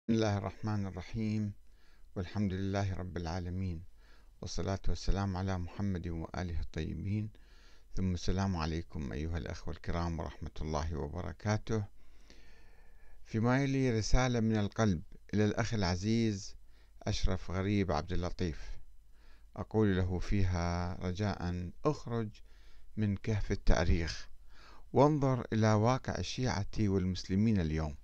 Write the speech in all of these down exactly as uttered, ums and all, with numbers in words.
بسم الله الرحمن الرحيم، والحمد لله رب العالمين، والصلاة والسلام على محمد وآله الطيبين، ثم السلام عليكم أيها الأخوة الكرام ورحمة الله وبركاته. فيما يلي رسالة من القلب إلى الأخ العزيز أشرف غريب عبد اللطيف، أقول له فيها رجاء: اخرج من كهف التاريخ وانظر إلى واقع الشيعة والمسلمين اليوم.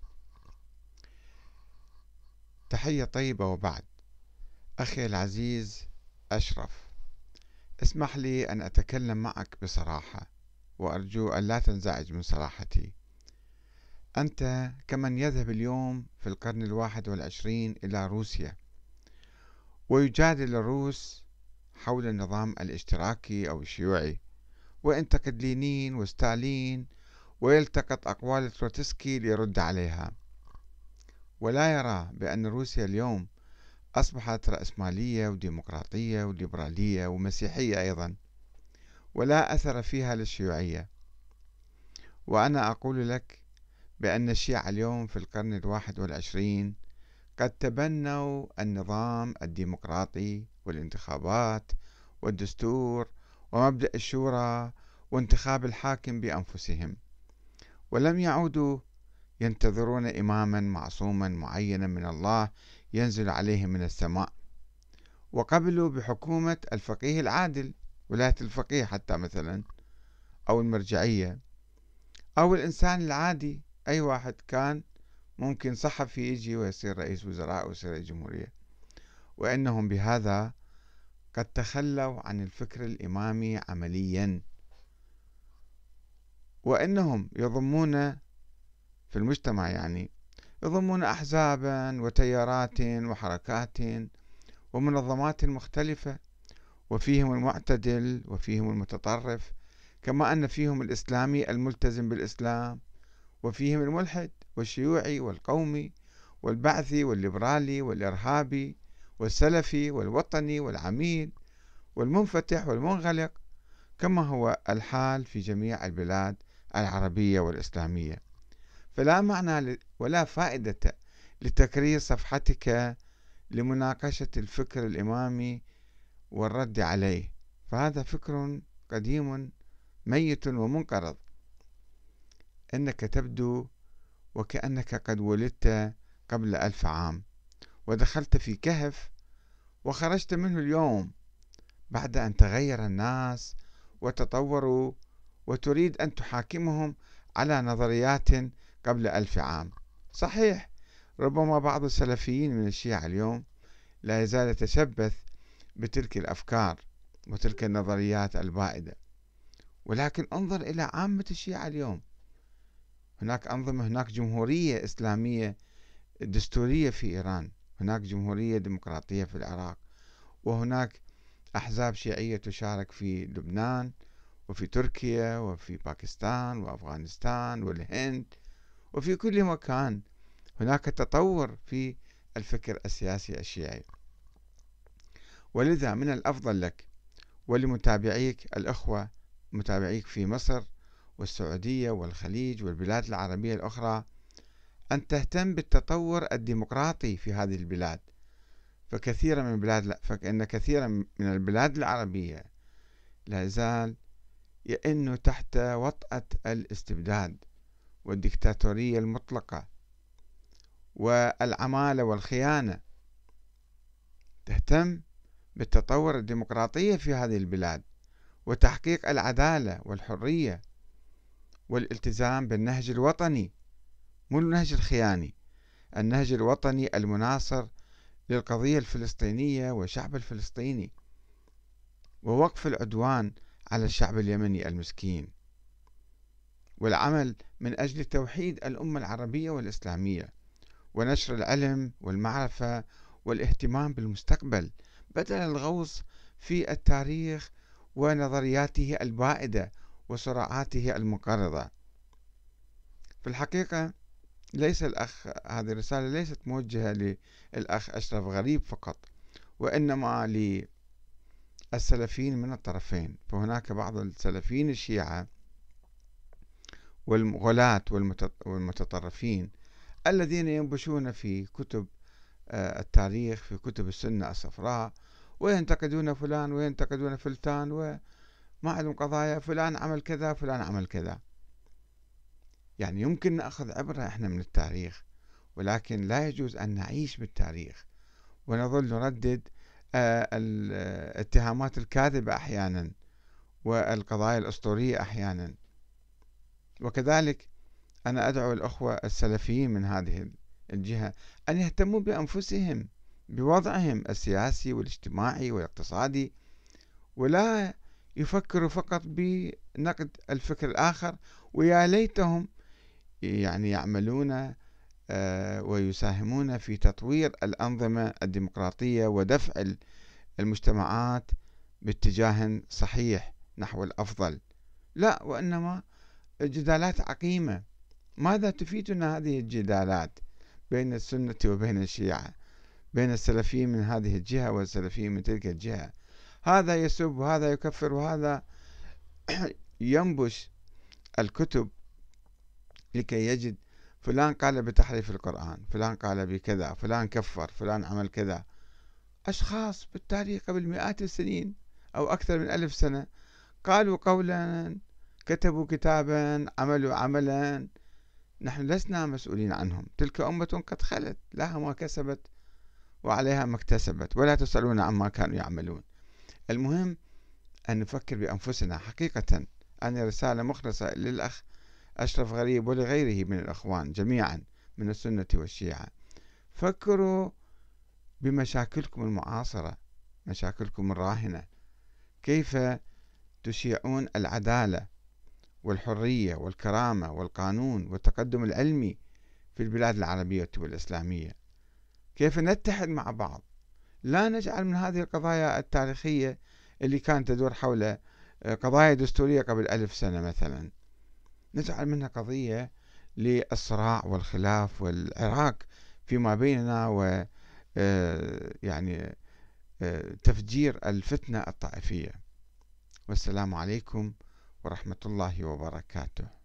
تحية طيبة. وبعد، أخي العزيز أشرف، اسمح لي أن أتكلم معك بصراحة، وأرجو أن لا تنزعج من صراحتي. أنت كمن يذهب اليوم في القرن الواحد والعشرين إلى روسيا ويجادل الروس حول النظام الاشتراكي أو الشيوعي، وينتقد لينين وستالين، ويلتقط أقوال تروتسكي ليرد عليها، ولا يرى بأن روسيا اليوم أصبحت رأسمالية وديمقراطية وليبرالية ومسيحية أيضا، ولا أثر فيها للشيوعية. وأنا أقول لك بأن الشيعة اليوم في القرن الواحد والعشرين قد تبنوا النظام الديمقراطي والانتخابات والدستور ومبدأ الشورى وانتخاب الحاكم بأنفسهم، ولم يعودوا ينتظرون إماما معصوما معينا من الله ينزل عليهم من السماء، وقبلوا بحكومة الفقيه العادل، ولاية الفقيه حتى مثلا، أو المرجعية، أو الإنسان العادي، أي واحد كان ممكن صحفي يجي ويصير رئيس وزراء ويصير رئيس جمهورية. وإنهم بهذا قد تخلوا عن الفكر الإمامي عمليا، وإنهم يضمون في المجتمع، يعني يضمون أحزابا وتيارات وحركات ومنظمات مختلفة، وفيهم المعتدل وفيهم المتطرف، كما أن فيهم الإسلامي الملتزم بالإسلام، وفيهم الملحد والشيوعي والقومي والبعثي والليبرالي والإرهابي والسلفي والوطني والعميل والمنفتح والمنغلق، كما هو الحال في جميع البلاد العربية والإسلامية. فلا معنى ولا فائدة لتكرير صفحتك لمناقشة الفكر الإمامي والرد عليه، فهذا فكر قديم ميت ومنقرض. إنك تبدو وكأنك قد ولدت قبل ألف عام، ودخلت في كهف وخرجت منه اليوم بعد أن تغير الناس وتطوروا، وتريد أن تحاكمهم على نظريات قبل ألف عام. صحيح، ربما بعض السلفيين من الشيعة اليوم لا يزال يتشبث بتلك الأفكار وتلك النظريات البائدة، ولكن انظر إلى عامة الشيعة اليوم. هناك أنظمة، هناك جمهورية إسلامية دستورية في إيران، هناك جمهورية ديمقراطية في العراق، وهناك أحزاب شيعية تشارك في لبنان وفي تركيا وفي باكستان وأفغانستان والهند، وفي كل مكان هناك تطور في الفكر السياسي الشيعي. ولذا من الأفضل لك ولمتابعيك الأخوة، متابعيك في مصر والسعودية والخليج والبلاد العربية الأخرى، أن تهتم بالتطور الديمقراطي في هذه البلاد. فكثيرا من البلاد فإن كثيرا من البلاد العربية لا يزال يئن تحت وطأة الاستبداد والديكتاتورية المطلقة والعمالة والخيانة. تهتم بالتطور الديمقراطي في هذه البلاد وتحقيق العدالة والحرية والالتزام بالنهج الوطني، مو النهج الخياني، النهج الوطني المناصر للقضية الفلسطينية والشعب الفلسطيني، ووقف العدوان على الشعب اليمني المسكين، والعمل من أجل توحيد الأمة العربية والإسلامية، ونشر العلم والمعرفة والاهتمام بالمستقبل بدل الغوص في التاريخ ونظرياته البائدة وصراعاته المنقرضة. في الحقيقة ليس الأخ هذه الرسالة ليست موجهة للأخ أشرف غريب فقط، وإنما للسلفيين من الطرفين. فهناك بعض السلفيين الشيعة والغلاة والمتطرفين الذين ينبشون في كتب التاريخ، في كتب السنة الصفراء، وينتقدون فلان وينتقدون فلتان، وما عندهم قضايا، فلان عمل كذا فلان عمل كذا. يعني يمكن نأخذ عبرة احنا من التاريخ، ولكن لا يجوز أن نعيش بالتاريخ ونظل نردد الاتهامات الكاذبة أحيانا والقضايا الأسطورية أحيانا. وكذلك أنا أدعو الأخوة السلفيين من هذه الجهة أن يهتموا بأنفسهم، بوضعهم السياسي والاجتماعي والاقتصادي، ولا يفكروا فقط بنقد الفكر الآخر. ويا ليتهم يعني يعملون ويساهمون في تطوير الأنظمة الديمقراطية ودفع المجتمعات باتجاه صحيح نحو الأفضل، لا وإنما جدالات عقيمة. ماذا تفيدنا هذه الجدالات بين السنة وبين الشيعة، بين السلفيين من هذه الجهة والسلفيين من تلك الجهة؟ هذا يسب وهذا يكفر وهذا ينبش الكتب لكي يجد فلان قال بتحريف القرآن، فلان قال بكذا، فلان كفر، فلان عمل كذا. أشخاص بالتاريخ قبل مئات السنين أو أكثر من ألف سنة قالوا قولا، كتبوا كتابا، عملوا عملا، نحن لسنا مسؤولين عنهم. تلك أمة قد خلت، لها ما كسبت وعليها ما اكتسبت، ولا تسألون عما كانوا يعملون. المهم أن نفكر بأنفسنا حقيقة. أنا رسالة مخلصة للأخ أشرف غريب ولغيره من الأخوان جميعا من السنة والشيعة: فكروا بمشاكلكم المعاصرة، مشاكلكم الراهنة، كيف تشيعون العدالة والحرية والكرامة والقانون والتقدم العلمي في البلاد العربية والإسلامية، كيف نتحد مع بعض، لا نجعل من هذه القضايا التاريخية اللي كانت تدور حول قضايا دستورية قبل ألف سنة مثلا، نجعل منها قضية للصراع والخلاف والعراك فيما بيننا، و يعني تفجير الفتنة الطائفية. والسلام عليكم ورحمة الله وبركاته.